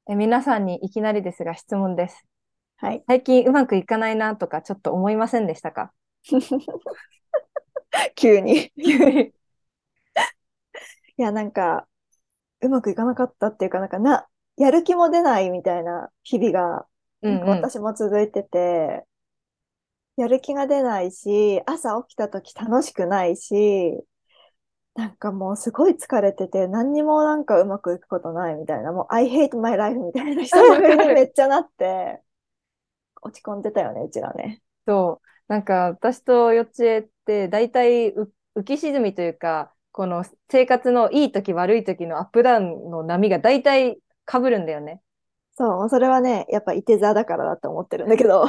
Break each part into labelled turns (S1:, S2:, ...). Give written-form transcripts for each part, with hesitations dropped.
S1: 皆さんにいきなりですが質問です。
S2: はい。
S1: 最近うまくいかないなとかちょっと思いませんでしたか？
S2: 急に。
S1: 急に。
S2: いや、うまくいかなかったっていうか、やる気も出ないみたいな日々が、
S1: うんうん。
S2: 私も続いてて、やる気が出ないし、朝起きた時楽しくないし、もうすごい疲れてて、何にもうまくいくことないみたいな、もう I hate my life みたいな久しぶりにめ
S1: わかる。
S2: っちゃなって、落ち込んでたよね、うちらね。
S1: そう。私とよっちえって大体浮き沈みというか、この生活のいい時悪い時のアップダウンの波が大体被るんだよね。
S2: そう、それはね、やっぱいて座だからだと思ってるんだけど、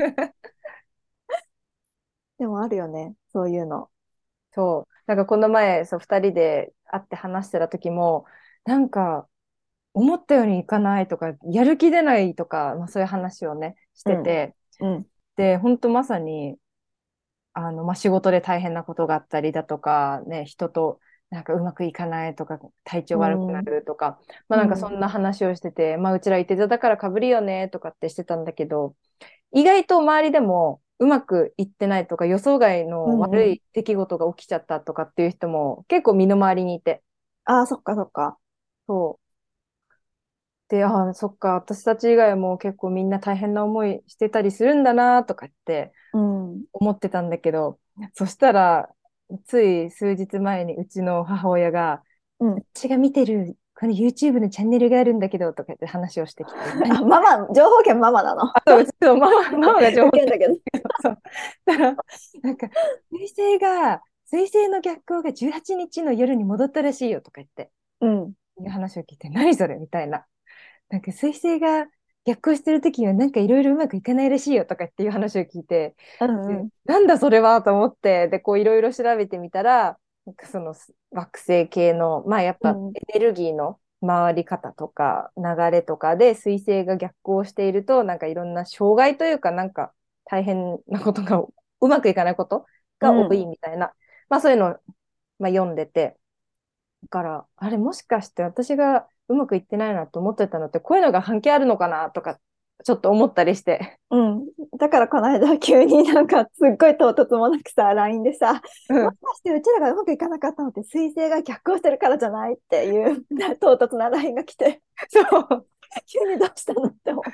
S2: でもあるよね、そういうの。
S1: そう。この前、そう、二人で会って話してた時も、なんか、思ったようにいかないとか、やる気出ないとか、まあそういう話をね、し
S2: うん。
S1: てて、
S2: うん。
S1: で、本当まさに、まあ仕事で大変なことがあったりだとか、ね、人とうまくいかないとか、体調
S2: う
S1: 悪くな
S2: ん。
S1: るとか、まあそ
S2: うん。
S1: んな話をしてて、まあうちらいて座だから被るよねとかってしてたんだけど、意外と周りでもうまくいってないとか、予想外の悪
S2: うんうん。
S1: い出来事が起きちゃったとかっていう人も結構身の回りにいて、
S2: ああ、そっかそっか。
S1: そう。で、そっか、私たち以外も結構みんな大変な思いしてたりするんだなとかって
S2: うん。
S1: 思ってたんだけど、そしたら、つい数日前にうちの母親が、
S2: うん。
S1: 私が見てるこの YouTube のチャンネルがあるんだけどとかって話をしてきて、何？
S2: あ、情報源ママなの。
S1: そう、うちのママが情報系
S2: 受けんだけど。
S1: だそう。だから、なんか、水星の逆行が18日の夜に戻ったらしいよとか言って、
S2: うん。
S1: いう話を聞いて、何それみたいな。彗星が逆行してる時にはいろいろうまくいかないらしいよとかっていう話を聞いて、で
S2: うんうん。
S1: なんだそれはと思って、で、こういろいろ調べてみたら、その惑星系の、まあやっぱ
S2: うん。
S1: エネルギーの回り方とか流れとかで彗星が逆行していると、いろんな障害というか、大変なことがうまくいかないこと
S2: う
S1: が多
S2: ん。
S1: いみたいな、まあそういうのを、まあ、読んでて、だから、あれもしかして私がうまくいってないなと思ってたのって、こういうのが関係あるのかなとか、ちょっと思ったりして。
S2: うん。だからこの間急にすっごい唐突もなくさ、LINE でさ、
S1: うん。
S2: もしかしてうちらがうまくいかなかったのって彗星が逆行してるからじゃないっていう唐突な LINE が来て、
S1: そう。
S2: 急にどうしたのって思う。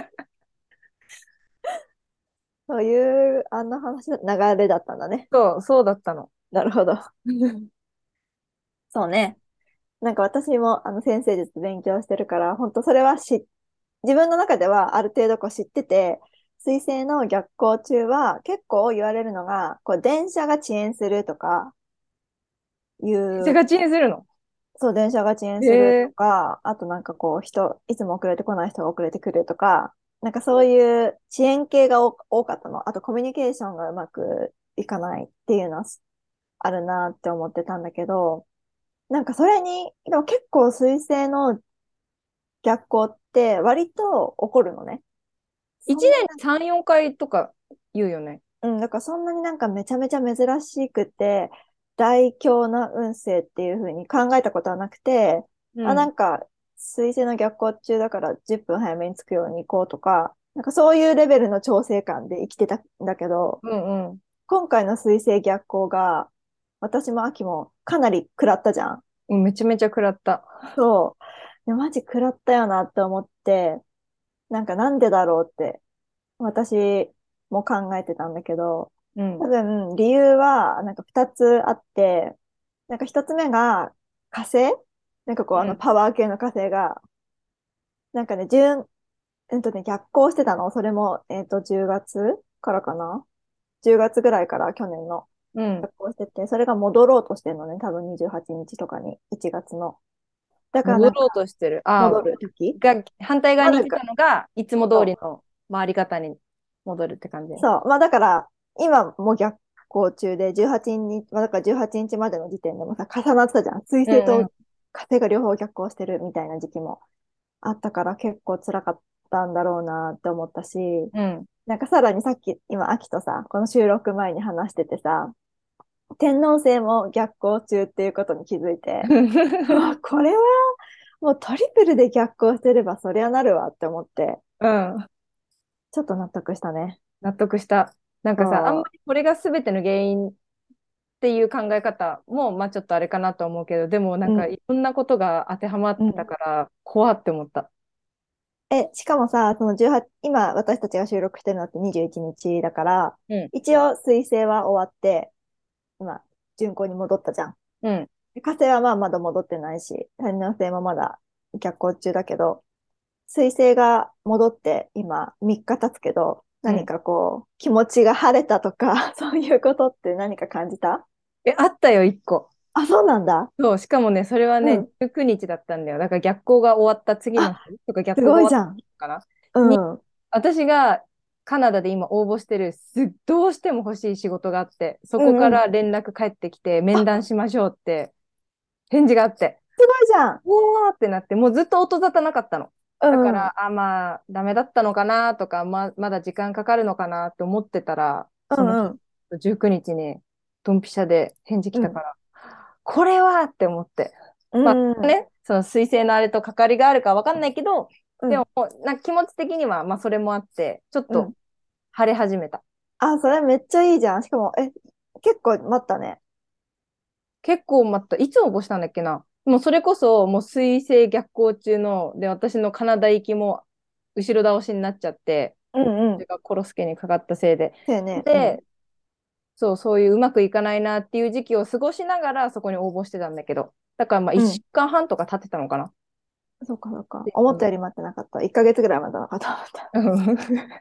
S2: そういうあんな話の流れだったんだね。
S1: そう、そうだったの。
S2: なるほど。そうね。私も先生術勉強してるから、本当それは自分の中ではある程度こう知ってて、水星の逆行中は結構言われるのが、こう電車が遅延するとかいう、
S1: じゃがちにするの？
S2: そう、電車が遅延
S1: へ
S2: すると
S1: え。
S2: か、あといつも遅れてこない人が遅れてくるとか、そういう遅延系が多かったの。あとコミュニケーションがうまくいかないっていうのはあるなって思ってたんだけど、それに、でも結構水星の逆行って割と起こるのね。そ
S1: 1
S2: んなに
S1: 年に3、4回とか言うよね。
S2: だからそんなにめちゃめちゃ珍しくて、大凶な運勢っていう風に考えたことはなくて、あ、
S1: うん。
S2: 水星の逆行中だから10分早めに着くように行こうとか、そういうレベルの調整感で生きてたんだけど、
S1: うんうん。
S2: 今回の水星逆行が、私も秋もかなり食らったじゃん。
S1: うん、めちゃめちゃ食らった。
S2: そう。でマジ食らったよなって思って、なんでだろうって私も考えてたんだけど、
S1: うん。
S2: 多分理由は二つあって、一つ目が火星
S1: うん。
S2: パワー系の火星が、なんかね、順、逆行してたの。それも、10月からかな？ 10 月ぐらいから去年の
S1: うん。
S2: 逆行してて、それが戻ろうとしてるのね。多分28日とかに、1月の。だから
S1: 戻ろうとしてる。
S2: 戻る時
S1: 反対側に行ってた
S2: まだか、
S1: のが、いつも通り
S2: そう。
S1: の回り方に戻るって感じ。
S2: そう。まあだから、今も逆行中で、18日、まあだから18日までの時点でもさ、重なってたじゃん。水星と
S1: うんうん。
S2: 火星が両方逆行してるみたいな時期もあったから結構辛かったんだろうなって思ったし、
S1: うん。
S2: さらにさっき、今、秋とさ、この収録前に話しててさ、天王星も逆行中っていうことに気づいて、うわこれはもうトリプルで逆行してればそりゃなるわって思って、
S1: うん。
S2: ちょっと納得したね。
S1: 納得した。なんかさ、あんま
S2: そ
S1: りこれが全ての原因っていう考え方も、まあちょっとあれかなと思うけど、でもな
S2: う。
S1: ん
S2: うん。
S1: かいろんなことが当てはまってた
S2: うん。
S1: から、怖って思った。
S2: しかもさ、その18、今私たちが収録してるのって21日だから、
S1: うん。
S2: 一応水星は終わって、今、巡行に戻ったじゃん。
S1: うん。
S2: 火星はまあまだ戻ってないし、太陽星もまだ逆行中だけど、水星が戻って今3日経つけど、
S1: うん。
S2: 何かこう、気持ちが晴れたとか、そういうことって何か感じた？
S1: あったよ、一個。
S2: あ、そうなんだ。
S1: そう、しかもね、それはね、
S2: うん。
S1: 19日だったんだよ。だから逆光が終わった次の
S2: あ、
S1: 日とか逆
S2: す
S1: 光が終わっ
S2: ごいじゃん。
S1: たのかなに、
S2: うん。
S1: 私がカナダで今応募してるどうしても欲しい仕事があって、そこか
S2: うんうん。
S1: ら連絡返ってきて面
S2: あ、
S1: 談しましょうって返事があって、
S2: すごいじゃん。
S1: おーってなって、もうずっと音沙汰なかったの。
S2: うんうん。
S1: だから、まあ、ダメだったのかなとか、まだ時間かかるのかなって思ってたら、その日、
S2: うんうん。
S1: 19日に、ドンピシャで返事来
S2: うん。
S1: たから、これはって思って。
S2: う
S1: まあ
S2: ん。
S1: ね、その彗星のあれと関わりがあるかわかんないけど、
S2: うん。
S1: でも、なんか気持ち的には、まあそれもあって、ちょっと
S2: うん。
S1: 晴れ始めた。
S2: あ、それめっちゃいいじゃん。しかも、結構待ったね。
S1: 結構待った。いつ応募したんだっけな。もうそれこそ、もう水星逆行中の、で、私のカナダ行きも後ろ倒しになっちゃって、
S2: うんうん。
S1: それがコロスケにかかったせいで。
S2: そうやね。うん。
S1: で、そういううまくいかないなっていう時期を過ごしながらそこに応募してたんだけど、だからまあ1
S2: うん。
S1: 週間半とか経ってたのかな。
S2: そうかそうか。
S1: で
S2: 思ったより待ってなかった。1ヶ月ぐらい待ってなかった。
S1: うん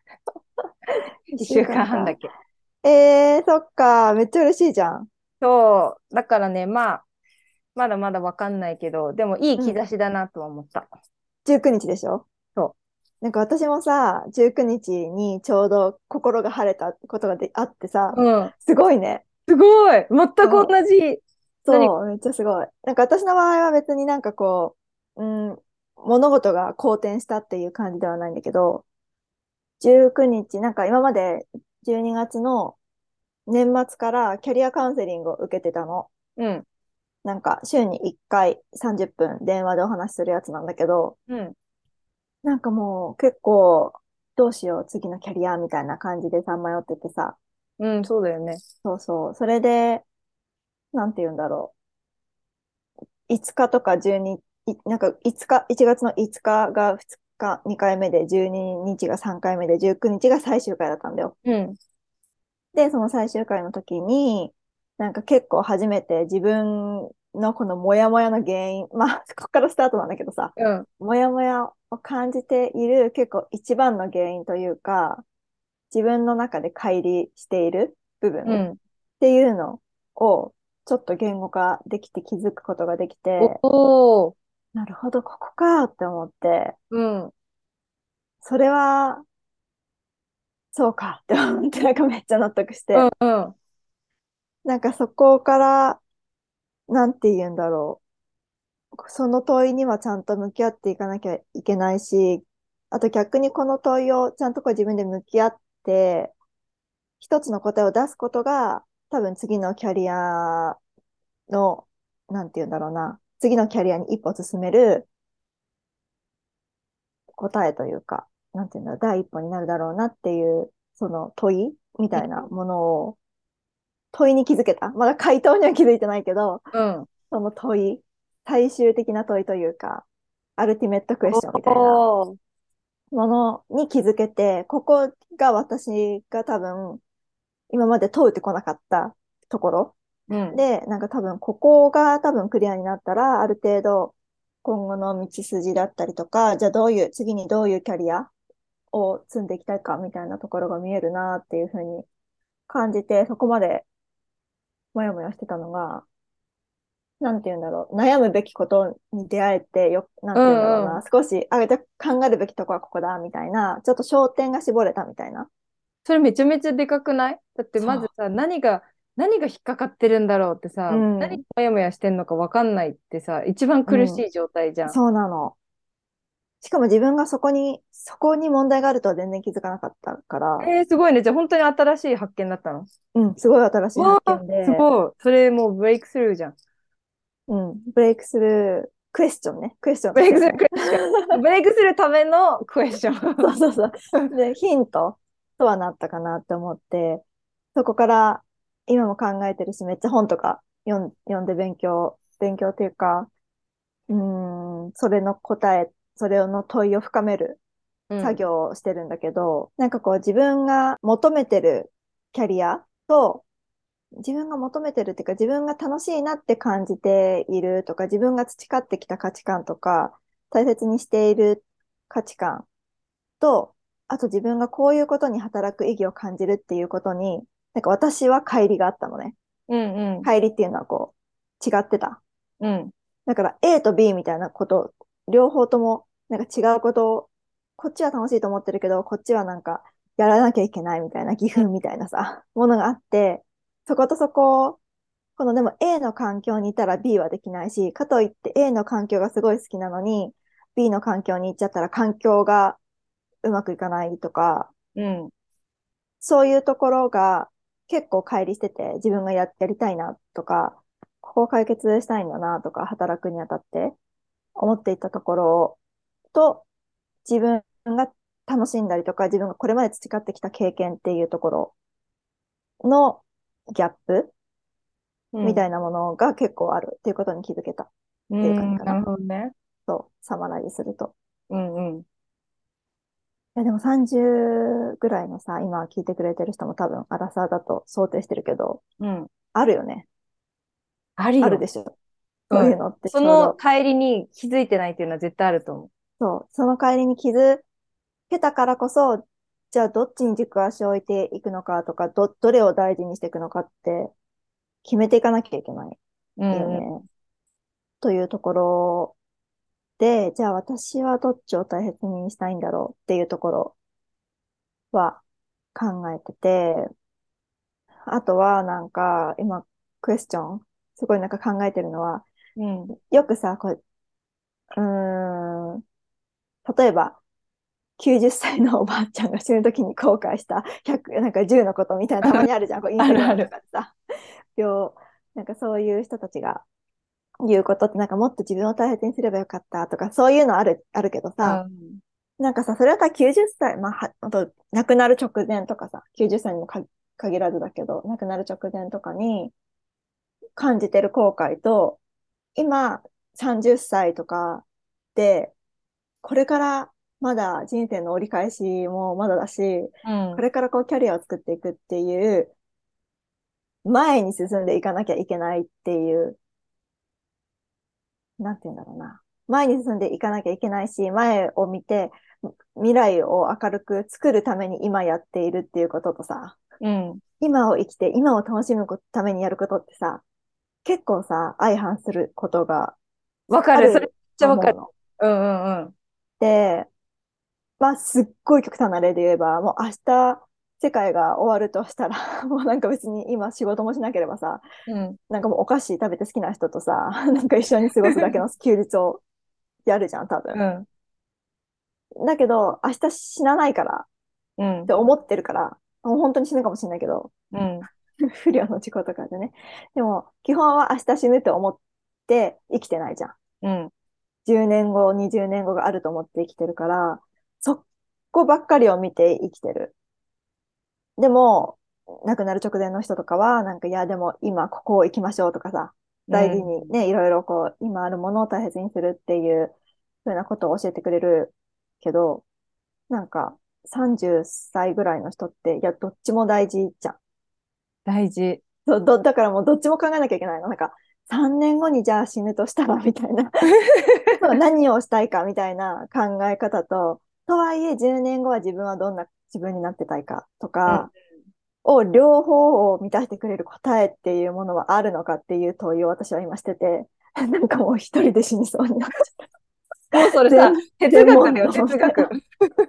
S2: 1
S1: 1週
S2: 週間か。
S1: 間半だけ。
S2: そっか。めっちゃ嬉しいじゃん。
S1: そう、だからね、まあ、まだまだわかんないけど、でもいい
S2: うん。
S1: 兆しだなとは思った。
S2: 19日でしょ？
S1: そ
S2: なんか私もさ、19日にちにちょうど心が晴れたことがあってさ、
S1: う。うん。
S2: すごいね。
S1: すごい全く同
S2: そう、
S1: じ。何
S2: そう、めっちゃすごい。なんか私の場合は別になんかこう、物事が好転したっていう感じではないんだけど、19日、なんか今まで12月の年末からキャリアカウンセリングを受けてたの。
S1: うん。
S2: なんか週に1回30分電話でお話しするやつなんだけど、
S1: うん。
S2: なんかもう結構どうしよう次のキャリアみたいな感じでさまよっててさ、
S1: うん、そうだよね。
S2: そうそう、それで、なんて言うんだろう。5日とか12、なんか5日、1月の5日が2日、2回目で、12日が3回目で、19日が最終回だったんだよ。
S1: うん。
S2: で、その最終回の時に、なんか結構初めて自分のこのモヤモヤの原因、まあ、ここからスタートなんだけどさ、
S1: うん。
S2: モヤモヤを感じている結構一番の原因というか、自分の中で乖離している部分っ
S1: うん。
S2: ていうのをちょっと言語化できて気づくことができ
S1: お
S2: て、
S1: お。
S2: なるほど、ここかって思って、
S1: うん。
S2: それはそうかって思って、なんかめっちゃ納得し
S1: うん。
S2: て、
S1: うん。
S2: なんかそこから、なんて言うんだろう。その問いにはちゃんと向き合っていかなきゃいけないし、あと逆にこの問いをちゃんとこう自分で向き合って、一つの答えを出すことが、多分次のキャリアの、なんて言うんだろうな、次のキャリアに一歩進める答えというか、なんて言うんだろう、第一歩になるだろうなっていう、その問いみたいなものを、問いに気づけた。まだ回答には気づいてないけど、
S1: うん。
S2: その問い、最終的な問いというか、アルティメットクエスチョンみたいな
S1: おお。
S2: ものに気づけて、ここが私が多分、今まで問うてこなかったところ
S1: うん。
S2: で、なんか多分、ここが多分クリアになったら、ある程度、今後の道筋だったりとか、じゃあ次にどういうキャリアを積んでいきたいかみたいなところが見えるなっていうふうに感じて、そこまでもやもやしてたのが、なんて言うんだろう、悩むべきことに出会えてな
S1: う
S2: んて言うんだろうな、
S1: んうん。
S2: 少し、じゃあ考えるべきとこはここだ、みたいな、ちょっと焦点が絞れたみたいな。
S1: それめちゃめちゃでかくない？だってまず
S2: そ
S1: さ、何が引っかかってるんだろうって
S2: う。う
S1: さ、何
S2: ん、
S1: がモヤモヤしてんのかわかんないってさ、一番苦し
S2: うん、
S1: い状態じゃん。
S2: そうなの。しかも自分がそこに問題があるとは全然気づかなかったから、
S1: すごいね。じゃあ本当に新しい発見だったの？
S2: うん、すごい新しい発
S1: わあ、
S2: 見で、
S1: すごい。それもうブレイクスルーじゃん。
S2: うん、ブレイクスルー。 クエスチョンね。クエスチョン
S1: ブレイクする
S2: としてね。
S1: クエスチョン。ブレイクするためのクエスチョン。
S2: そうそうそう。で、ヒントとはなったかなって思って、そこから今も考えてるし、めっちゃ本とか読んで勉強っていうか、それの答え、それの問いを深める作
S1: うん。
S2: 業をしてるんだけど、なんかこう自分が求めてるキャリアと、自分が求めてるっていうか、自分が楽しいなって感じているとか、自分が培ってきた価値観とか、大切にしている価値観と、あと自分がこういうことに働く意義を感じるっていうことに、なんか私は乖離があったのね。
S1: うんうん。
S2: 乖離っていうのはこう、違ってた。
S1: うん。
S2: だから A と B みたいなこと、両方ともなんか違うことを、こっちは楽しいと思ってるけど、こっちはなんかやらなきゃいけないみたいな義憤みたいなさ、ものがあって、そことそこ、このでも A の環境にいたら B はできないし、かといって A の環境がすごい好きなのに、B の環境に行っちゃったら環境がうまくいかないとか、
S1: うん。
S2: そういうところが結構乖離してて、自分がやりたいなとか、ここを解決したいんだなとか、働くにあたって思っていたところと、自分が楽しんだりとか、自分がこれまで培ってきた経験っていうところのギャップ
S1: うん。
S2: みたいなものが結構あるっていうことに気づけたっていう感じ
S1: うん。なる
S2: かな。
S1: ほどね。
S2: そう、サマライズすると。
S1: うんうん。
S2: いや、でも30ぐらいのさ、今聞いてくれてる人も多分アラサーだと想定してるけど、
S1: うん。
S2: あるよね。
S1: あるよ。
S2: あるでしょ。そう
S1: うん。
S2: いうのって
S1: そ
S2: ちょうど。
S1: の帰りに気づいてないっていうのは絶対あると思
S2: そう、その帰りに気づけたからこそ、じゃあどっちに軸足を置いていくのかとか、どれを大事にしていくのかって決めていかなきゃいけない
S1: う。うんうん。
S2: よね。というところで、じゃあ私はどっちを大切にしたいんだろうっていうところは考えてて、あとはなんか今クエスチョン、すごいなんか考えてるのは、
S1: うん。
S2: よくさ、こう、うーん、例えば90歳のおばあちゃんが死ぬ時に後悔した100、なんか10のことみたいなたまにあるじゃん、こうインスタグラムと
S1: あるある。
S2: かでさ、なんかそういう人たちが言うことってなんかもっと自分を大切にすればよかったとか、そういうのあるけど
S1: う
S2: さ、
S1: ん。
S2: なんかさ、それだったら90歳、あと亡くなる直前とかさ、90歳にも限らずだけど、亡くなる直前とかに感じてる後悔と、今30歳とかで、これからまだ人生の折り返しもまだだし、
S1: うん。
S2: これからこうキャリアを作っていくっていう、前に進んでいかなきゃいけないっていう、なんて言うんだろうな。前に進んでいかなきゃいけないし、前を見て、未来を明るく作るために今やっているっていうこととさ、
S1: うん。
S2: 今を生きて、今を楽しむためにやることってさ、結構さ、相反することが
S1: わかる。それめっ
S2: ある
S1: ちゃわかる。
S2: と思うの。
S1: うんうんうん。
S2: で、まあ、すっごい極端な例で言えば、もう明日、世界が終わるとしたら、もうなんか別に今仕事もしなければさ、
S1: うん。
S2: なんかもうお菓子食べて好きな人とさ、なんか一緒に過ごすだけの休日をやるじゃん、多分。
S1: うん。
S2: だけど、明日死なないから
S1: うん。
S2: って思ってるから、もう本当に死ぬかもしれないけど、
S1: うん。
S2: 不慮の事故とかでね。でも、基本は明日死ぬって思って生きてないじゃん。
S1: うん。
S2: 10年後、20年後があると思って生きてるから、そこばっかりを見て生きてる。でも、亡くなる直前の人とかは、なんか、いや、でも今ここを行きましょうとかさ、
S1: う
S2: 大事に
S1: ん。
S2: ね、いろいろこう、今あるものを大切にするっていう、そういうようなことを教えてくれるけど、なんか、30歳ぐらいの人って、いや、どっちも大事じゃん。
S1: 大事。
S2: だからもうどっちも考えなきゃいけないの。なんか、3年後にじゃあ死ぬとしたら、みたいな。そう何をしたいか、みたいな考え方とはいえ、10年後は自分はどんな自分になってたいかと
S1: うん。
S2: か、両方を満たしてくれる答えっていうものはあるのかっていう問いを私は今してて、なんかもう一人で死にそうになっちゃった。
S1: もうそれさ、哲
S2: 全
S1: 学だよ、
S2: 問答み
S1: 哲学。
S2: たいな。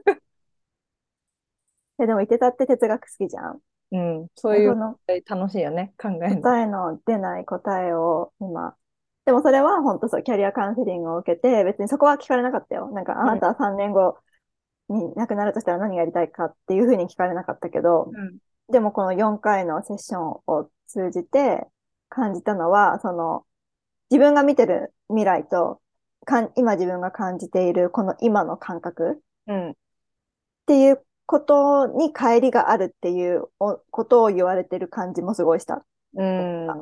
S2: でも、いてたって哲学好きじゃん。
S1: うん。そういう
S2: でこの
S1: 楽しいよね、考えるの。
S2: 答えの出ない答えを今。でもそれは本当そう、キャリアカウンセリングを受けて、別にそこは聞かれなかったよ。なんか、あ
S1: うん。
S2: なたは3年後に亡くなるとしたら何がやりたいかっていうふうに聞かれなかったけど、
S1: うん。
S2: でもこの4回のセッションを通じて感じたのは、その自分が見てる未来と今自分が感じているこの今の感覚
S1: うん。
S2: っていうことに乖離があるっていうことを言われてる感じもすごいした。
S1: うん。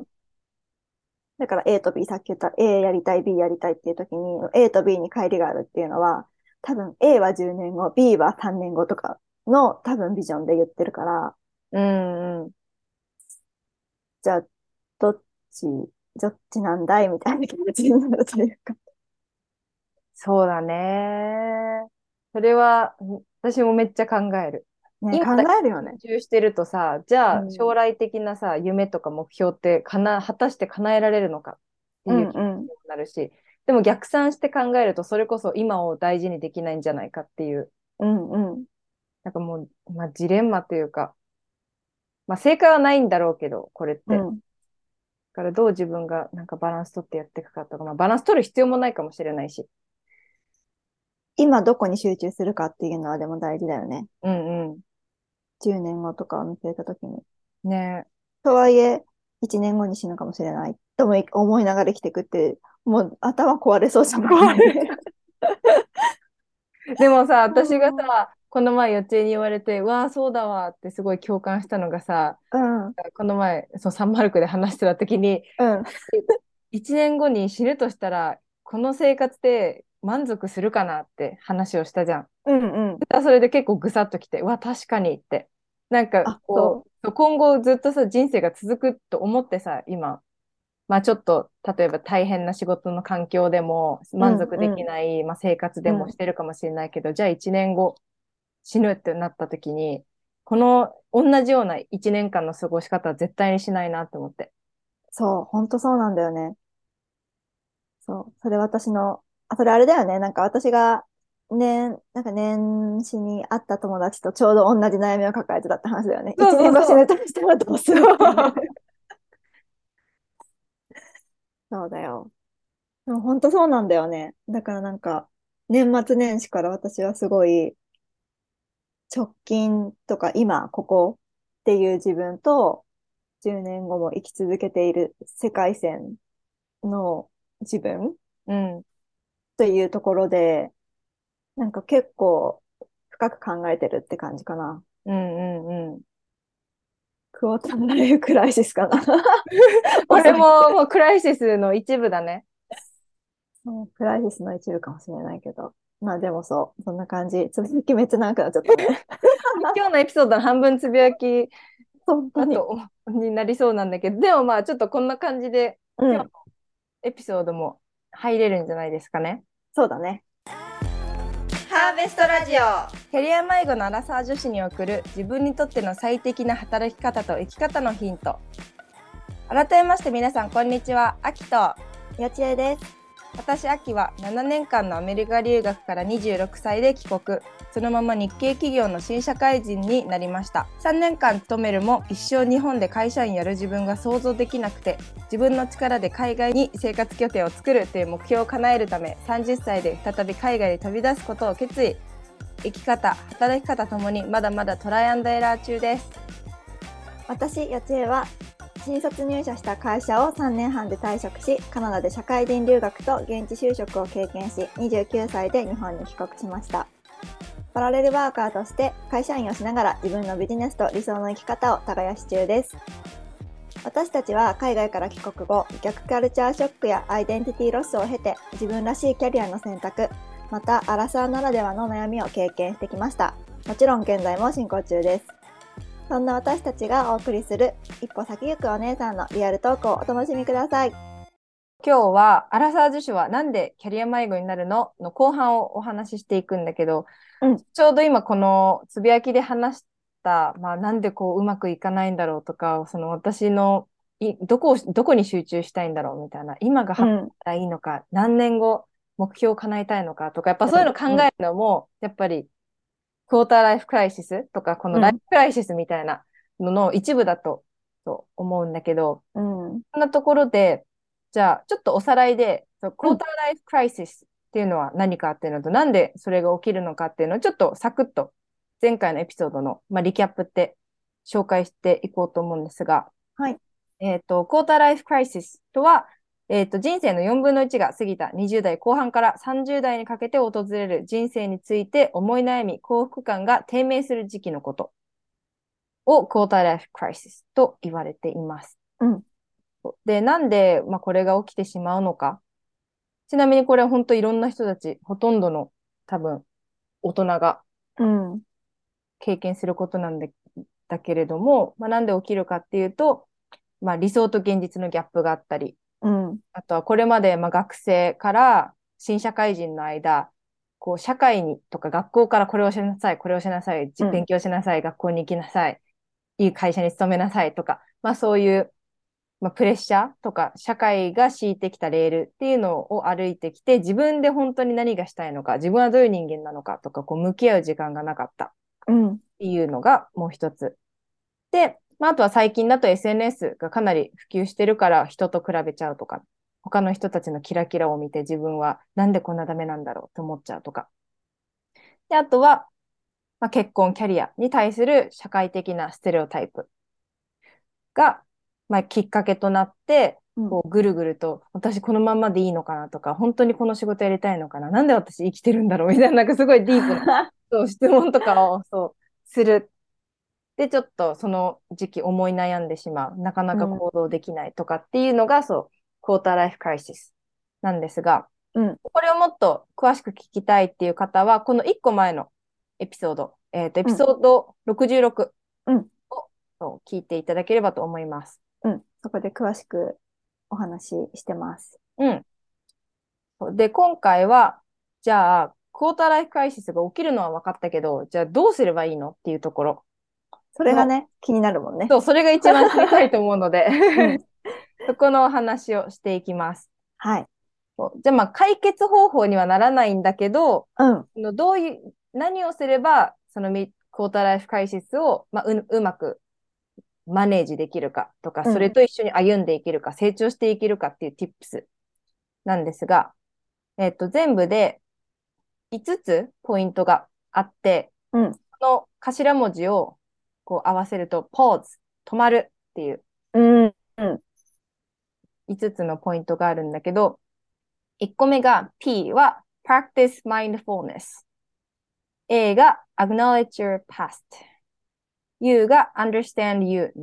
S2: だから A と B、さっき言った A やりたい、B やりたいっていう時に A と B に乖離があるっていうのは、多分 A は10年後、B は3年後とかの多分ビジョンで言ってるから、
S1: うん。うん。
S2: じゃあどっち、どっちなんだいみたいな気持ちになるというか。
S1: そうだね。それは、私もめっちゃ考える。
S2: ね、考
S1: 今だけ
S2: えるよね。
S1: 集中してるとさ、じゃあ
S2: うん。
S1: 将来的なさ、夢とか目標って果たして叶えられるのかって
S2: うん
S1: いう気持ち
S2: うん。
S1: にもなるし、でも逆算して考えると、それこそ今を大事にできないんじゃないかっていう、
S2: うんうん。
S1: なんかもう、まあ、ジレンマというか、まあ正解はないんだろうけど、これって。
S2: うん。
S1: だからどう自分がなんかバランス取ってやっていくかとか、まあバランス取る必要もないかもしれないし。
S2: 今どこに集中するかっていうのはでも大事だよね。
S1: うんう
S2: 10年後とかを見据えたときに。
S1: ん。ね
S2: とはいえ、1年後に死ぬかもしれないとも思いながら生きていくって、もう頭壊れそうじゃない？
S1: でもさ、
S2: う
S1: 私が
S2: ん。
S1: さ、この前予定に言われて、わあ、そうだわってすごい共感したのがさ、
S2: うん。
S1: この前、そうサンマルクで話してた時に、
S2: うん。
S1: 1年後に死ぬとしたら、この生活で満足するかなって話をしたじゃん。
S2: うんうん。
S1: それで結構ぐさっときて、うわ、確かにって。なんか
S2: あ、
S1: こ
S2: そ
S1: う、今後ずっとさ、人生が続くと思ってさ、今、まあちょっと、例えば大変な仕事の環境でも
S2: う。う
S1: 満足でき
S2: ん
S1: ない、まあ、生活で
S2: うん。
S1: もしてるかもしれないけど、じゃあ1年後死ぬってなった時に、この同じような1年間の過ごし方は絶対にしないなって思って。
S2: そう、本当そうなんだよね。そう、それ私の、それあれだよね。なんか私が、なんか年始に会った友達とちょうど同じ悩みを抱えてたって話だよね。
S1: そう
S2: 1年後死
S1: そうそう。
S2: ぬとしたらどうするっていう。そうだよ。でも本当そうなんだよね。だからなんか、年末年始から私はすごい直近とか今、ここっていう自分と、10年後も生き続けている世界線の自分
S1: うん。
S2: というところで、なんか結構深く考えてるって感じかな。
S1: うんうんうん。
S2: クォーターライフクライシスかな。
S1: これ
S2: 遅い。
S1: ももうクライシスの一部だね。
S2: そうクライシスの一部かもしれないけど。まあでもそう、そんな感じ。つぶやきめっちゃ長くなっちゃったね。
S1: 今日のエピソードの半分つぶやき
S2: 本当に。
S1: だとになりそうなんだけど、でもまあちょっとこんな感じで
S2: うん、
S1: 今日のエピソードも入れるんじゃないですかね。
S2: そうだね。
S1: ハーベストラジオ。キャリア迷子のアラサー女子に送る自分にとっての最適な働き方と生き方のヒント。改めまして皆さんこんにちは、あきと。
S2: やちえです。
S1: 私、あきは7年間のアメリカ留学から26歳で帰国。そのまま日系企業の新社会人になりました。3年間勤めるも一生日本で会社員やる自分が想像できなくて、自分の力で海外に生活拠点を作るという目標を叶えるため、30歳で再び海外に飛び出すことを決意。生き方、働き方ともにまだまだトライアンドエラー中です。
S2: 私、やちえは、新卒入社した会社を3年半で退職し、カナダで社会人留学と現地就職を経験し、29歳で日本に帰国しました。パラレルワーカーとして会社員をしながら自分のビジネスと理想の生き方を耕し中です。私たちは海外から帰国後、逆カルチャーショックやアイデンティティロスを経て自分らしいキャリアの選択、またアラサーならではの悩みを経験してきました。もちろん現在も進行中です。そんな私たちがお送りする一歩先行くお姉さんのリアルトークをお楽しみください。
S1: 今日はアラサー女子はなんでキャリア迷子になるのの後半をお話ししていくんだけど、ちょうど今このつぶやきで話した、まあ、なんでこううまくいかないんだろうとか、その私のどこに集中したいんだろうみたいな、今がハッピーらいいのか、何年後目標を叶えたいのかとか、やっぱそういうの考えるのも、やっぱりクォーターライフクライシスとか、このライフクライシスみたいなのの一部だと思うんだけど、そんなところで、じゃあ、ちょっとおさらいで、クォーターライフクライシスっていうのは何かっていうのと、なんでそれが起きるのかっていうのを、ちょっとサクッと、前回のエピソードの、まあ、リキャップって紹介していこうと思うんですが、
S2: はい。
S1: クォーターライフクライシスとは、 人生の4分の1が過ぎた20代後半から30代にかけて訪れる人生について思い悩み、幸福感が低迷する時期のことをクォーターライフクライシスと言われています。
S2: うん。
S1: で、なんで、これが起きてしまうのか。ちなみにこれは本当いろんな人たち、ほとんどの多分大人が
S2: うん。
S1: 経験することだけれども、なんで起きるかっていうと、理想と現実のギャップがあったり、
S2: うん。
S1: あとはこれまで学生から新社会人の間、こう社会にとか学校からこれをしなさい、これをしなさい、
S2: うん。
S1: 勉強しなさい、学校に行きなさい、いい会社に勤めなさいとか、そういう、プレッシャーとか社会が敷いてきたレールっていうのを歩いてきて、自分で本当に何がしたいのか、自分はどういう人間なのかとか、こう向き合う時間がなかったっ
S2: うん。
S1: ていうのがもう一つ。で、あとは最近だと SNS がかなり普及してるから人と比べちゃうとか、他の人たちのキラキラを見て自分はなんでこんなダメなんだろうと思っちゃうとか。で、あとは、結婚、キャリアに対する社会的なステレオタイプが、きっかけとなって、
S2: うん。
S1: こうぐるぐると、私このままでいいのかなとか、本当にこの仕事やりたいのかな、なんで私生きてるんだろうみたいな、なんかすごいディープなそう質問とかをする。で、ちょっとその時期思い悩んでしまう。なかなか
S2: うん。
S1: 行動できないとかっていうのが、クォーターライフクライシスなんですが、
S2: うん。
S1: これをもっと詳しく聞きたいっていう方は、この1個前のエピソード、エピソード66
S2: うん。
S1: を聞いていただければと思います。
S2: うん。そこで詳しくお話ししてます。
S1: うん。で、今回は、じゃあ、クォーターライフクライシスが起きるのは分かったけど、じゃあどうすればいいのっていうところの、
S2: それがね、気になるもんね。
S1: それが一番知りたいと思うので
S2: うん。
S1: そこのお話をしていきます。
S2: はい。
S1: じゃあ解決方法にはならないんだけど、
S2: うん。
S1: どういう、何をすれば、クォーターライフクライシスを、うまくマネージできるかとか、それ
S2: うん。
S1: と一緒に歩んでいけるか、成長していけるかっていう tips なんですが、全部で5つポイントがあって、
S2: うん。
S1: この頭文字をこう合わせると、pause、止まるっていう
S2: うん。うん。
S1: 5つのポイントがあるんだけど、1個目が P は practice mindfulness。A が acknowledge your past。U が understand you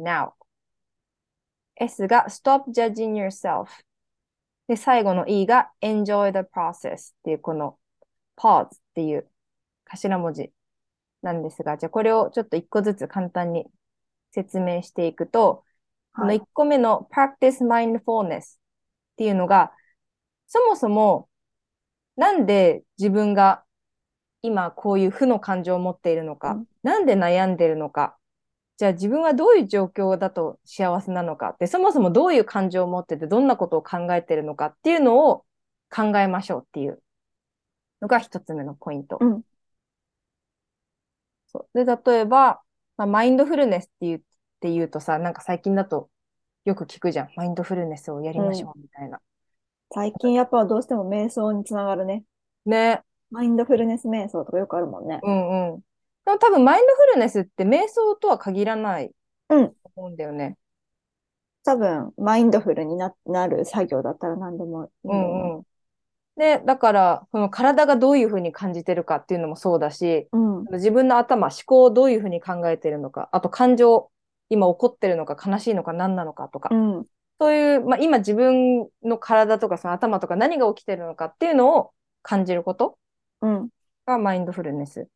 S1: now。S が stop judging yourself。で、最後の E が enjoy the process っていうこの pause っていう頭文字なんですが、じゃあこれをちょっと1個ずつ簡単に説明していくと、この
S2: はい。
S1: 1個目の practice mindfulness っていうのが、そもそもなんで自分が今こういう負の感情を持っているのか、
S2: うん。
S1: なんで悩んでいるのか、じゃあ自分はどういう状況だと幸せなのかって、そもそもどういう感情を持ってて、どんなことを考えているのかっていうのを考えましょうっていうのが一つ目のポイント。
S2: うん。
S1: そうで、例えば、マインドフルネスっていうとさ、なんか最近だとよく聞くじゃん。マインドフルネスをやり
S2: うん。
S1: ましょうみたいな。
S2: 最近やっぱどうしても瞑想につながるね。
S1: ね。
S2: マインドフルネス瞑想とかよくあるもんね。
S1: うんうん。でも多分マインドフルネスって瞑想とは限らない
S2: うん。
S1: と思うんだよね。
S2: 多分、マインドフルになる作業だったら何でもいい
S1: う
S2: んだよね。
S1: んうん。で、だから、この体がどういうふうに感じてるかっていうのもそうだし、
S2: うん。
S1: 自分の頭、思考をどういうふうに考えてるのか、あと感情、今怒ってるのか悲しいのか何なのかとか、
S2: うん。
S1: そういう、今自分の体とかその頭とか何が起きてるのかっていうのを感じること
S2: うん。
S1: がマインドフルネス。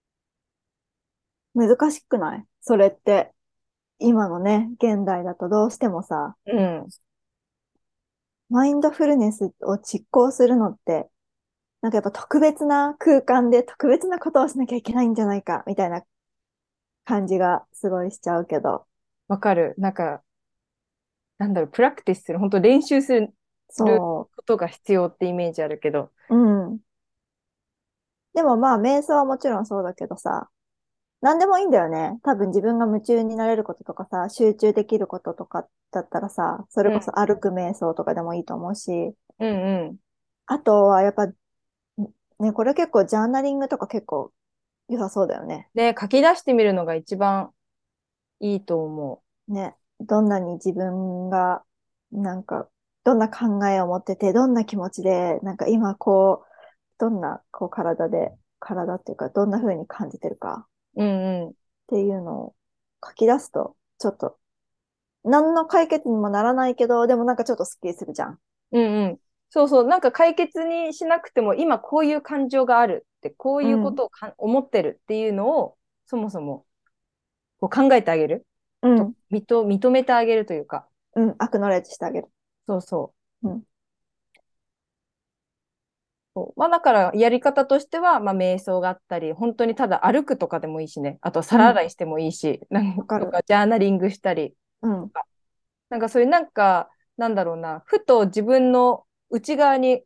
S2: 難しくないそれって？今のね、現代だとどうしてもさ、
S1: うん。
S2: マインドフルネスを実行するのって、なんかやっぱ特別な空間で特別なことをしなきゃいけないんじゃないか、みたいな感じがすごいしちゃうけど。
S1: わかる。なんか、なんだろう、プラクティスする、本当練習する
S2: そ
S1: ことが必要ってイメージあるけど。
S2: う。うん。でもまあ、瞑想はもちろんそうだけどさ、なんでもいいんだよね。多分自分が夢中になれることとかさ、集中できることとかだったらさ、それこ
S1: うん。
S2: そ歩く瞑想とかでもいいと思うし、
S1: うんうん。
S2: あとはやっぱ、ね、これ結構ジャーナリングとか結構良さそうだよね。
S1: で、書き出してみるのが一番いいと思
S2: ね。どんなに自分が、なんか、 どんな考えを持ってて、どんな気持ちで、なんか今こう、どんなこう体っていうか、どんな風に感じてるか
S1: うんうん。
S2: っていうのを書き出すと、ちょっと、何の解決にもならないけど、でもなんかちょっとスッキリするじゃん。
S1: うんうん。そうそう。なんか解決にしなくても、今こういう感情があるって、こういうこ
S2: うん、
S1: とを思ってるっていうのを、そもそもこう考えてあげると、
S2: うん、
S1: 認めてあげるというか、
S2: うん、アクノレッジしてあげる。
S1: そうそう。
S2: うん、
S1: そうまあだからやり方としては、まあ瞑想があったり、本当にただ歩くとかでもいいしね、あと
S2: うん、
S1: 皿洗いしてもいいし、なん
S2: わかる。
S1: とかジャーナリングしたり
S2: うん、
S1: とか、なんかそういうなんか、なんだろうな、ふと自分の内側に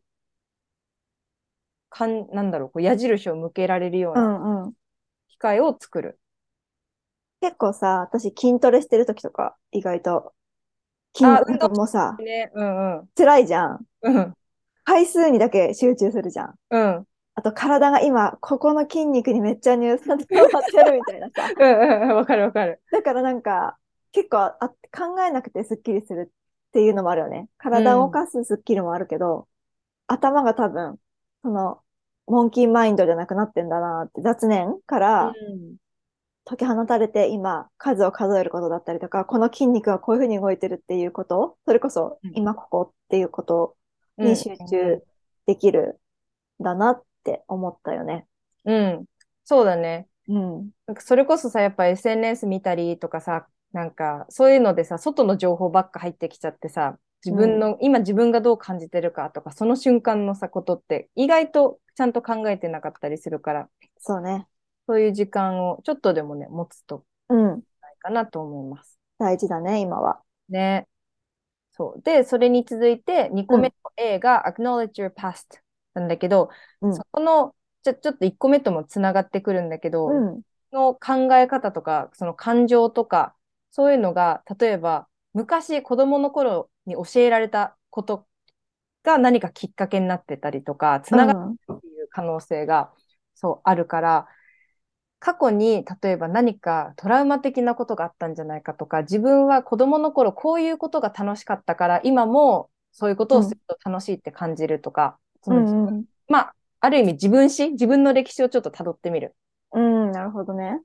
S1: なんだろう、こう矢印を向けられるよう
S2: う
S1: な
S2: ん、うん。
S1: 機会を作る。
S2: 結構さ、私筋トレしてる時とか、意外と、
S1: あ、
S2: なんかもうさ、
S1: ね。うんうん。
S2: 辛いじゃん。
S1: うん。
S2: 回数にだけ集中するじゃん。
S1: うん。
S2: あと体が今、ここの筋肉にめっちゃ乳酸溜まってるみたいなさ。
S1: うんうん。わかるわかる。
S2: だからなんか、結構考えなくてスッキリするっていうのもあるよね。
S1: う
S2: 体を動
S1: ん。
S2: かすスッキリもあるけど、頭が多分、その、モンキーマインドじゃなくなってんだなって、雑念か
S1: う
S2: ら
S1: ん。
S2: 解き放たれて、今、数を数えることだったりとか、この筋肉はこういうふうに動いてるっていうこと、それこそ
S1: うん。
S2: 今ここっていうこと
S1: うん。
S2: に集中できるんだなって思ったよね。
S1: うん。そうだね。
S2: うん。
S1: なんかそれこそさ、やっぱ SNS 見たりとかさ、なんかそういうのでさ、外の情報ばっか入ってきちゃってさ、
S2: うん。
S1: 今自分がどう感じてるかとか、その瞬間のさ、ことって意外とちゃんと考えてなかったりするから、
S2: そうね。
S1: そういう時間をちょっとでもね、持つと
S2: うん。
S1: いいかなと思います。
S2: 大事だね、今は。
S1: ね。そう。で、それに続いて2個目
S2: うん。
S1: の A が Acknowledge your past なんだけど、
S2: うん。
S1: そこの、ちょっと1個目ともつながってくるんだけど、
S2: うん。
S1: の考え方とか、その感情とか、そういうのが、例えば、昔子供の頃に教えられたことが何かきっかけになってたりとか、つながっ
S2: うん。
S1: ている可能性が、そう、あるから、過去に例えば何かトラウマ的なことがあったんじゃないかとか、自分は子供の頃こういうことが楽しかったから、今もそういうことをす
S2: うん。
S1: ると楽しいって感じるとか、そ
S2: う
S1: の
S2: ん。
S1: まあ、ある意味自分の歴史をちょっと辿ってみる。
S2: うん。なるほどね。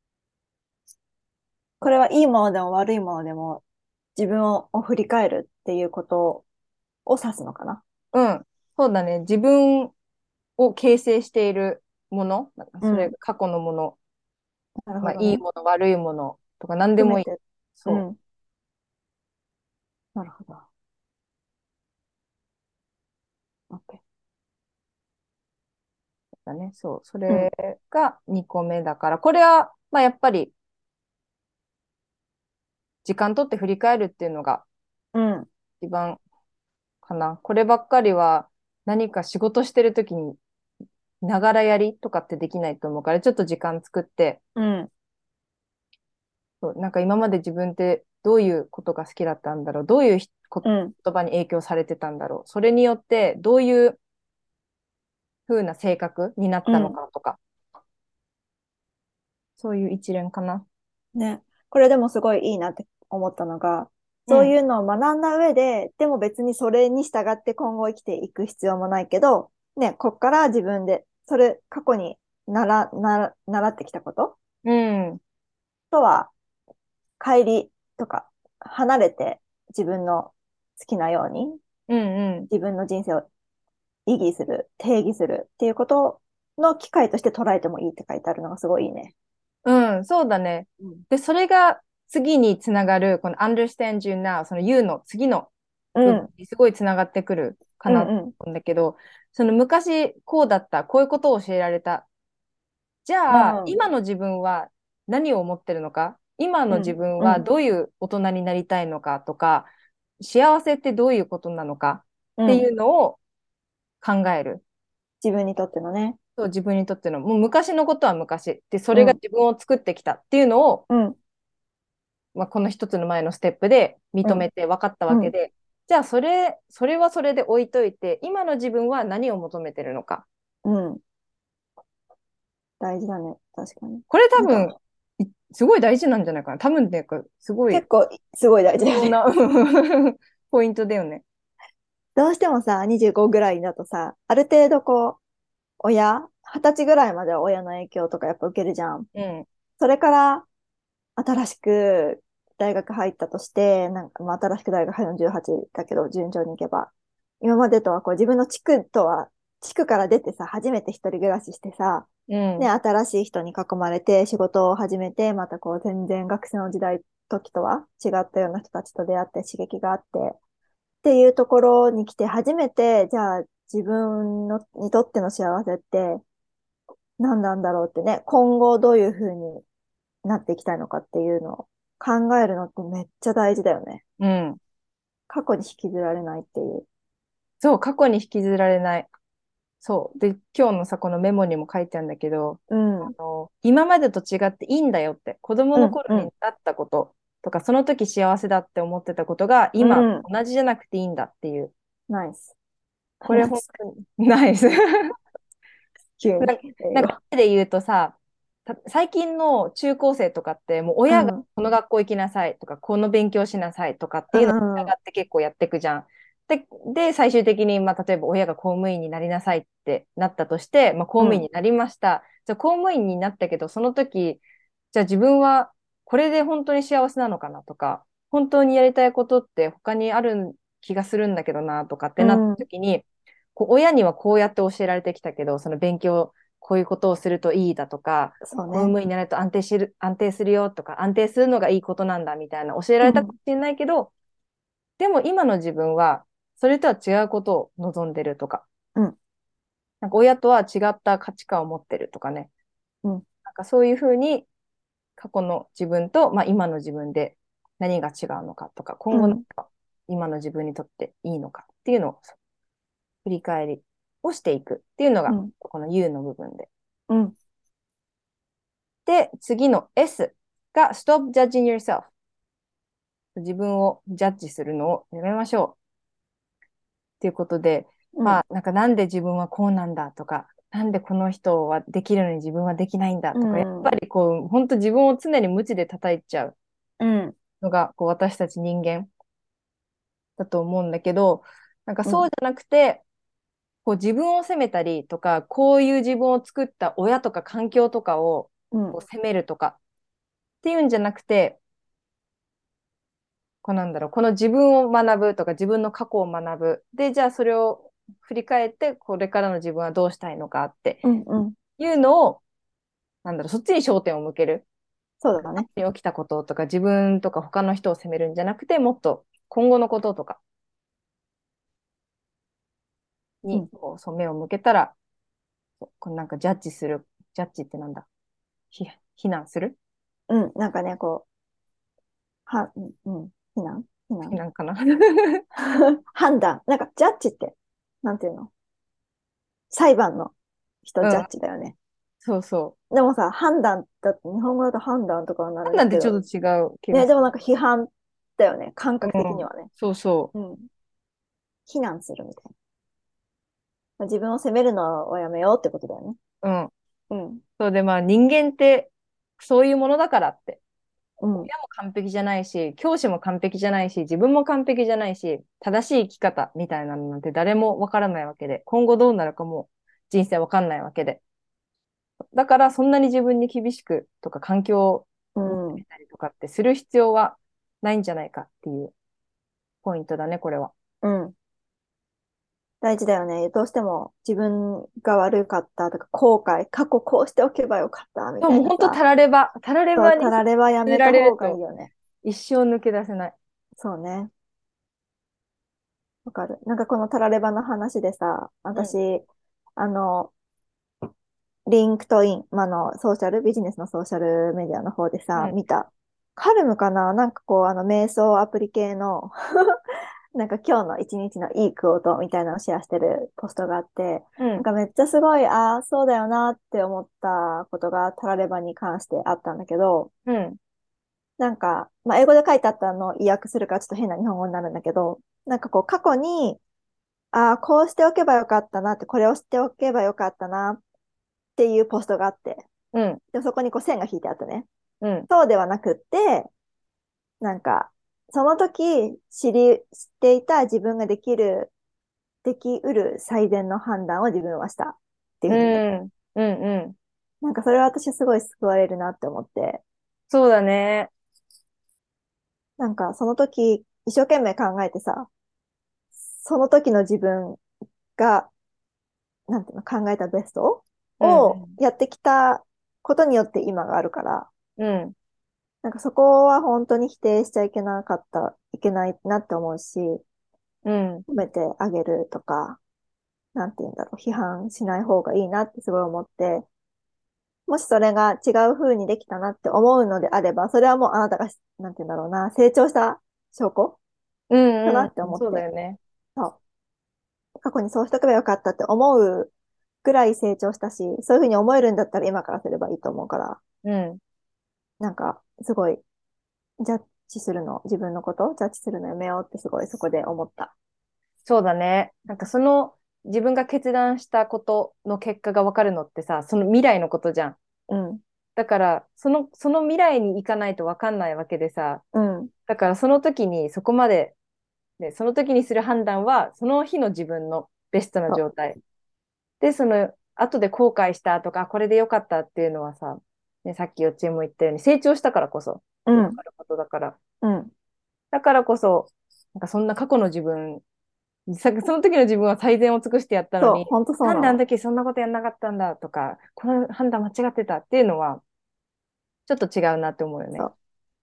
S2: これはいいものでも悪いものでも自分を振り返るっていうことを指すのかな。
S1: うん。そうだね。自分を形成しているもの、なんか
S2: うん。
S1: それが過去のもの、まあ、
S2: なるほどね。
S1: いいもの、悪いものとか何でもいい。
S2: 含めて。う
S1: そ
S2: ん。なるほど。OK。
S1: うだね。そう。そ
S2: うん。
S1: れが2個目だから、これは、まあ、やっぱり時間取って振り返るっていうのが
S2: うん。
S1: 一番かな。こればっかりは何か仕事してるときにながらやりとかってできないと思うから、ちょっと時間作って、
S2: うん。
S1: そうなんか今まで自分ってどういうことが好きだったんだろう、どういう
S2: うん。
S1: 言葉に影響されてたんだろう、それによってどういう風な性格になったの
S2: うん。
S1: かとか、そういう一連かな。
S2: ね。これでもすごいいいなって思ったのが、
S1: うん、
S2: そういうのを学んだ上で、でも別にそれに従って今後生きていく必要もないけど、ね、こっから自分で、過去に習ってきたこと
S1: うん、
S2: とは、乖離とか、離れて自分の好きなように、
S1: うん、うん。
S2: 自分の人生を意義する、定義するっていうことの機会として捉えてもいいって書いてあるのがすごいいいね。
S1: うん、そうだね。
S2: うん。
S1: で、それが次につながる、この understand you now、その you の次の部分
S2: うん、
S1: にすごいつながってくるかなと
S2: うん、うん。
S1: 思うんだけど、その昔こうだった、こういうことを教えられた。じ
S2: う
S1: ゃあ、
S2: ん、
S1: 今の自分は何を思ってるのか、今の自
S2: うん、
S1: 分は
S2: うん、
S1: どういう大人になりたいのかとか、幸せってどういうことなのかってい
S2: うん。
S1: うのを考える。
S2: 自分にとってのね。
S1: そう、自分にとっての、もう昔のことは昔。で、そ
S2: うん、
S1: れが自分を作ってきたっていうのを、
S2: うん、
S1: まあ、この一つの前のステップで認
S2: うん、
S1: めて分かった
S2: うん、
S1: わけで、じゃあそれはそれで置いといて、今の自分は何を求めてるのか。
S2: うん。大事だね。確かに。
S1: これ多
S2: なんか、
S1: 分、すごい大事なんじゃないかな。多分っていうか、すごい
S2: 結構すごい大事だよね。
S1: 重要なポイントだよね。
S2: どうしてもさ、25ぐらいだとさ、ある程度こう、20歳ぐらいまでは親の影響とかやっぱ受けるじゃん。
S1: うん。
S2: それから新しく大学入ったとして、なんかまあ新しく大学入るの18だけど、順調に行けば。今までとはこう自分の地区から出てさ、初めて一人暮らししてさ、ね、
S1: うん。
S2: 新しい人に囲まれて仕事を始めて、またこう全然学生の時とは違ったような人たちと出会って刺激があって、っていうところに来て初めて、じゃあ自分のにとっての幸せって何なんだろうってね、今後どういうふうになっていきたいのかっていうのを考えるのってめっちゃ大事だよね。
S1: うん。
S2: 過去に引きずられないっていう。
S1: そう、過去に引きずられない。そう。で、今日のさ、このメモにも書いてあるんだけど、
S2: うん、うん、
S1: 今までと違っていいんだよって、子供
S2: う
S1: の頃に
S2: ん、
S1: なったこととか、その時幸せだって思ってたことが、
S2: う
S1: 今
S2: ん。
S1: 同じじゃなくていいんだっていう。
S2: ナイス。
S1: これ本
S2: ナイス。
S1: 当に、ナイス。
S2: 急に、
S1: なんか、
S2: 英語。
S1: 例で言うとさ、最近の中高生とかって、もう親が
S2: うん、
S1: この学校行きなさいとか、この勉強しなさいとかって
S2: う
S1: いうのを
S2: ん、
S1: 従って結構やっていくじゃん。で、最終的に、まあ、例えば親が公務員になりなさいってなったとして、まあ、公
S2: うん、
S1: 務員になりました。じゃあ公務員になったけど、その時、じゃあ自分はこれで本当に幸せなのかなとか、本当にやりたいことって他にある気がするんだけどなとかってなった
S2: うん。
S1: 時に、こう親にはこうやって教えられてきたけど、その勉強、こういうことをするといいだとか、公
S2: そうね。
S1: 務員になると安定するよとか、安定するのがいいことなんだみたいな教えら
S2: うん、
S1: れたかもしれないけど、でも今の自分はそれとは違うことを望んでるとか、
S2: うん、
S1: なんか親とは違った価値観を持ってるとかね、
S2: うん、
S1: なんかそういうふうに過去の自分と、まあ、今の自分で何が違うのかとか、今後何
S2: うん、
S1: が今の自分にとっていいのかっていうのを振り返りをしていくっていうのが、
S2: うん、
S1: この U の部分で。
S2: うん、
S1: で、次の S が Stop judging yourself。自分をジャッジするのをやめましょう。っていうことで、
S2: うん、
S1: まあ、なんかなんで自分はこうなんだとか、なんでこの人はできるのに自分はできないんだ
S2: う
S1: とか、やっぱ
S2: ん、
S1: りこう、本当自分を常に無知で叩いちゃう
S2: うん、
S1: のが、こう、私たち人間だと思うんだけど、なんか
S2: うん、
S1: そうじゃなくて、こう自分を責めたりとか、こういう自分を作った親とか環境とかを
S2: うん、
S1: こう責めるとかっていうんじゃなくて、こうなんだろう、この自分を学ぶとか自分の過去を学ぶ。で、じゃあそれを振り返って、これからの自分はどうしたいのかって
S2: うん、うん。
S1: いうのを、なんだろう、そっちに焦点を向ける。
S2: そうだね。
S1: 起きたこととか自分とか他の人を責めるんじゃなくて、もっと今後のこととかに
S2: うん、
S1: こうそう目を向けたら、こうなんかジャッジする。ジャッジってなんだ、非難する、
S2: うん。なんかね、こう、うん、非難
S1: 非難かな。
S2: 判断。なんか、ジャッジって、なんていうの、裁判の人、ジャ
S1: うん。
S2: ッジだよね。
S1: そうそう。
S2: でもさ、判断だって、日本語だと判断とかになる
S1: なんで
S2: けど、
S1: ちょっと違う気が
S2: ね、
S1: する。
S2: でもなんか批判だよね。感覚的
S1: うん。
S2: にはね。
S1: そうそ
S2: うん。非難するみたいな。自分を責めるのはやめようってことだよね。
S1: う。うん。
S2: うん。
S1: そうで、まあ人間ってそういうものだからって。
S2: うん。
S1: 親も完璧じゃないし、教師も完璧じゃないし、自分も完璧じゃないし、正しい生き方みたいなのなんて誰もわからないわけで、今後どうなるかも人生わかんないわけで。だからそんなに自分に厳しくとか環境を
S2: う
S1: 見つ
S2: ん。
S1: めたりとかってする必要はないんじゃないかっていうポイントだね、これは。
S2: うん。大事だよね。どうしても自分が悪かったとか、後悔、過去こうしておけばよかったみ
S1: でももう本当
S2: たいなさ。
S1: たられ
S2: そう、
S1: ばにさ
S2: たらればや
S1: せら
S2: めた方がいい
S1: れると
S2: よね。
S1: 一生抜け出せない。
S2: そうね。わかる。なんかこのたらればの話でさ、
S1: うん、
S2: 私、あの、リンクトイン、まあ、ビジネスのソーシャルメディアの方でさ、
S1: うん、
S2: 見た。カルムかななんかこう、瞑想アプリ系のなんか今日の一日のいいクオートみたいなのをシェアしてるポストがあって、
S1: うん、
S2: なんかめっちゃすごい、ああ、そうだよなって思ったことがタラレバに関してあったんだけど、
S1: うん、
S2: なんか、まあ、英語で書いてあったのを意訳するからちょっと変な日本語になるんだけど、なんかこう過去に、ああ、こうしておけばよかったなって、これをしておけばよかったなっていうポストがあって、
S1: うん、
S2: でもそこにこう線が引いてあってね。
S1: うん、
S2: そうではなくって、なんか、その時知っていた自分ができるできうる最善の判断を自分はしたっていう
S1: う
S2: ふうに。
S1: ん。うんうん。
S2: なんかそれは私すごい救われるなって思って、
S1: そうだね。
S2: なんかその時一生懸命考えてさ、その時の自分が、なんていうの、考えたベストを
S1: うん
S2: やってきたことによって今があるから、
S1: うん。うん。
S2: なんかそこは本当に否定しちゃいけなかった、いけないなって思うし、
S1: うん。
S2: 褒めてあげるとか、なんて言うんだろう、批判しない方がいいなってすごい思って、もしそれが違う風にできたなって思うのであれば、それはもうあなたが、なんて言うんだろうな、成長した証拠かなって
S1: うんうん。そうだ
S2: 思って、
S1: よね。
S2: そう、過去にそうしとけばよかったって思うぐらい成長したし、そういう風に思えるんだったら今からすればいいと思うから、
S1: うん。
S2: なんか、すごい、ジャッジするの、自分のことジャッジするのやめようってすごいそこで思った。
S1: そうだね。なんかその自分が決断したことの結果が分かるのってさ、その未来のことじゃん。
S2: うん、
S1: だから、その未来に行かないと分かんないわけでさ、
S2: うん、
S1: だからその時にそこまで、ね、その時にする判断は、その日の自分のベストな
S2: そ
S1: 状態。で、その後で後悔したとか、これでよかったっていうのはさ、ね、さっきよっちえも言ったように成長したからこそ
S2: う、うん、
S1: 分かることだから。
S2: うん、
S1: だからこそ、なんかそんな過去の自分、その時の自分は最善を尽くしてやったの
S2: そう、
S1: に、
S2: 本当そう
S1: なんであの
S2: なの。
S1: 時そんなことやんなかったんだとか、この判断間違ってたっていうのは、ちょっと違うなって思うよね。
S2: そう。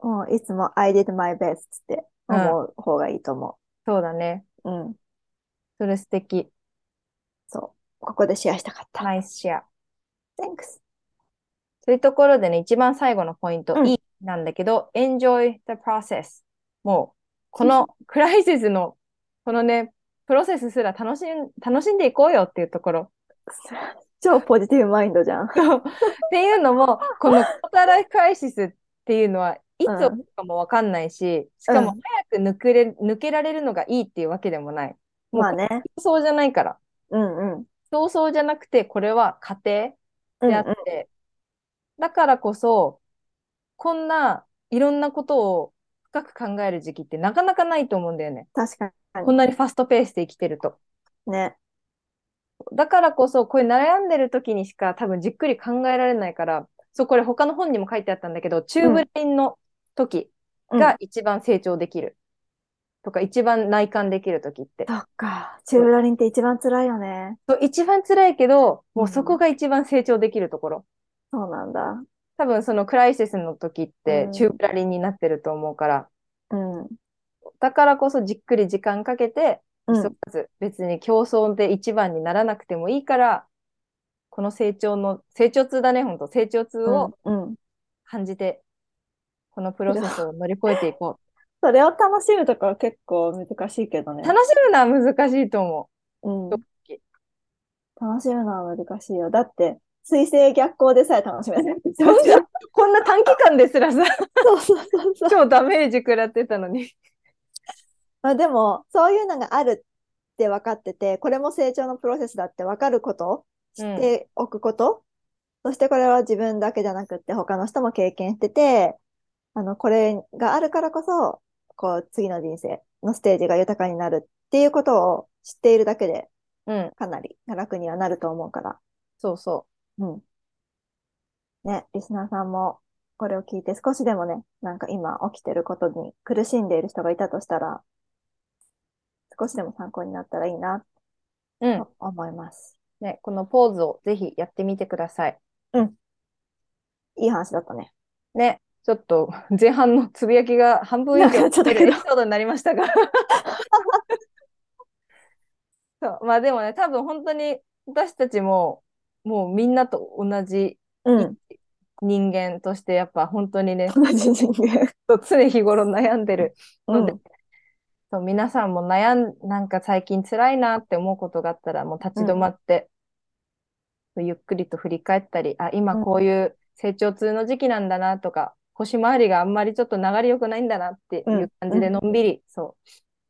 S2: もういつも I did my best って
S1: うん。
S2: 思う方がいいと思
S1: そうだね。
S2: う。うん。
S1: それ素敵。
S2: そう。ここでシェアしたかった。
S1: ナイスシェア。
S2: Thanks。
S1: そういうところでね、一番最後のポイント、
S2: うん。
S1: E なんだけど、enjoy the process。もう、このクライシスの、このね、プロセスすら楽しんでいこうよっていうところ。
S2: 超ポジティブマインドじゃん。
S1: そうっていうのも、このクォーターライフクライシスっていうのは、いつ起きる
S2: うん。
S1: かもわかんないし、しかも
S2: うん。
S1: 早く抜けられるのがいいっていうわけでもない。もうこれ、
S2: まあね。
S1: そうじゃないから。
S2: うんうん。
S1: 競争じゃなくて、これは過程であっ
S2: うんうん。
S1: て、だからこそ、こんないろんなことを深く考える時期ってなかなかないと思うんだよね。
S2: 確かに。
S1: こんなにファストペースで生きてると。
S2: ね。
S1: だからこそ、こういう悩んでる時にしか多分じっくり考えられないから、そう、これ他の本にも書いてあったんだけど、中ぶ
S2: うん。
S1: 林の時
S2: うん。
S1: が一番成長できるとか、一番内観できる時って。
S2: そっか。チュー
S1: そう
S2: ブラリンって一番辛いよね。
S1: そう一番辛いけど、もうそこ
S2: うん。
S1: が一番成長できるところ。
S2: そうなんだ。
S1: 多分そのクライシスの時って
S2: うん。
S1: 中ぶらりんになってると思うから、
S2: うん。
S1: だからこそじっくり時間かけて、急
S2: うん。
S1: がず別に競争で一番にならなくてもいいから、この成長痛だね、本当成長痛
S2: うん。
S1: を
S2: うん。
S1: 感じて、このプ
S2: それを、
S1: ロセスを乗り越えていこ
S2: それを楽しむとかは結構難しいけど
S1: う。
S2: ね。
S1: 楽しむのは難しいと思う。正
S2: うん。
S1: 直
S2: 楽しむのは難しいよ。だって、水星逆行でさえ楽しめない。
S1: 本当こんな短期間ですらさ、
S2: そうそうそうそう。
S1: 超ダメージ食らってたのに。
S2: まあでも、そういうのがあるって分かってて、これも成長のプロセスだって分かること、知っ
S1: うん、
S2: ておくこと、そしてこれは自分だけじゃなくって他の人も経験してて、これがあるからこそ、こう、次の人生のステージが豊かになるっていうことを知っているだけで、
S1: うん、
S2: かなり楽にはなると思うから。
S1: そうそ
S2: うん。ね、リスナーさんもこれを聞いて少しでもね、なんか今起きてることに苦しんでいる人がいたとしたら、少しでも参考になったらいいな
S1: う。うん。
S2: と思います。
S1: ね、このポーズをぜひやってみてください。
S2: うん。いい話だったね。
S1: ね、ちょっと前半のつぶやきが半分以上
S2: なくなっちゃったけど。
S1: 出るエピソードになりましたがそう、まあでもね、多分本当に私たちももうみんなと同じい
S2: うん。
S1: 人間としてやっぱ本当にね、
S2: 同じ人間。
S1: そう常日頃悩んでるので、
S2: うん。
S1: そう皆さんもなんか最近辛いなって思うことがあったらもう立ち止
S2: うん。
S1: まってゆっくりと振り返ったり、あ、今
S2: うん。
S1: こういう成長痛の時期なんだなとか、腰回りがあんまりちょっと流れ良くないんだなって
S2: うん。
S1: いう感じで
S2: うん。
S1: のんびり、そう、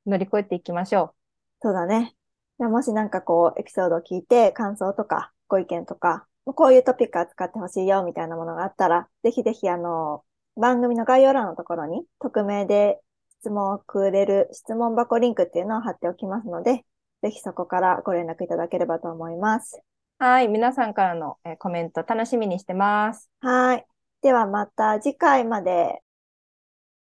S1: 乗り越えていきましょ
S2: そうだね。じゃあもしなんかこう、エピソードを聞いて、感想とか、ご意見とか、こういうトピック扱ってほしいよ、みたいなものがあったら、ぜひぜひ番組の概要欄のところに、匿名で質問をくれる質問箱リンクっていうのを貼っておきますので、 ぜひそこからご連絡いただければと思います。
S1: はい。皆さんからのコメント楽しみにしてます。
S2: はい。ではまた次回まで。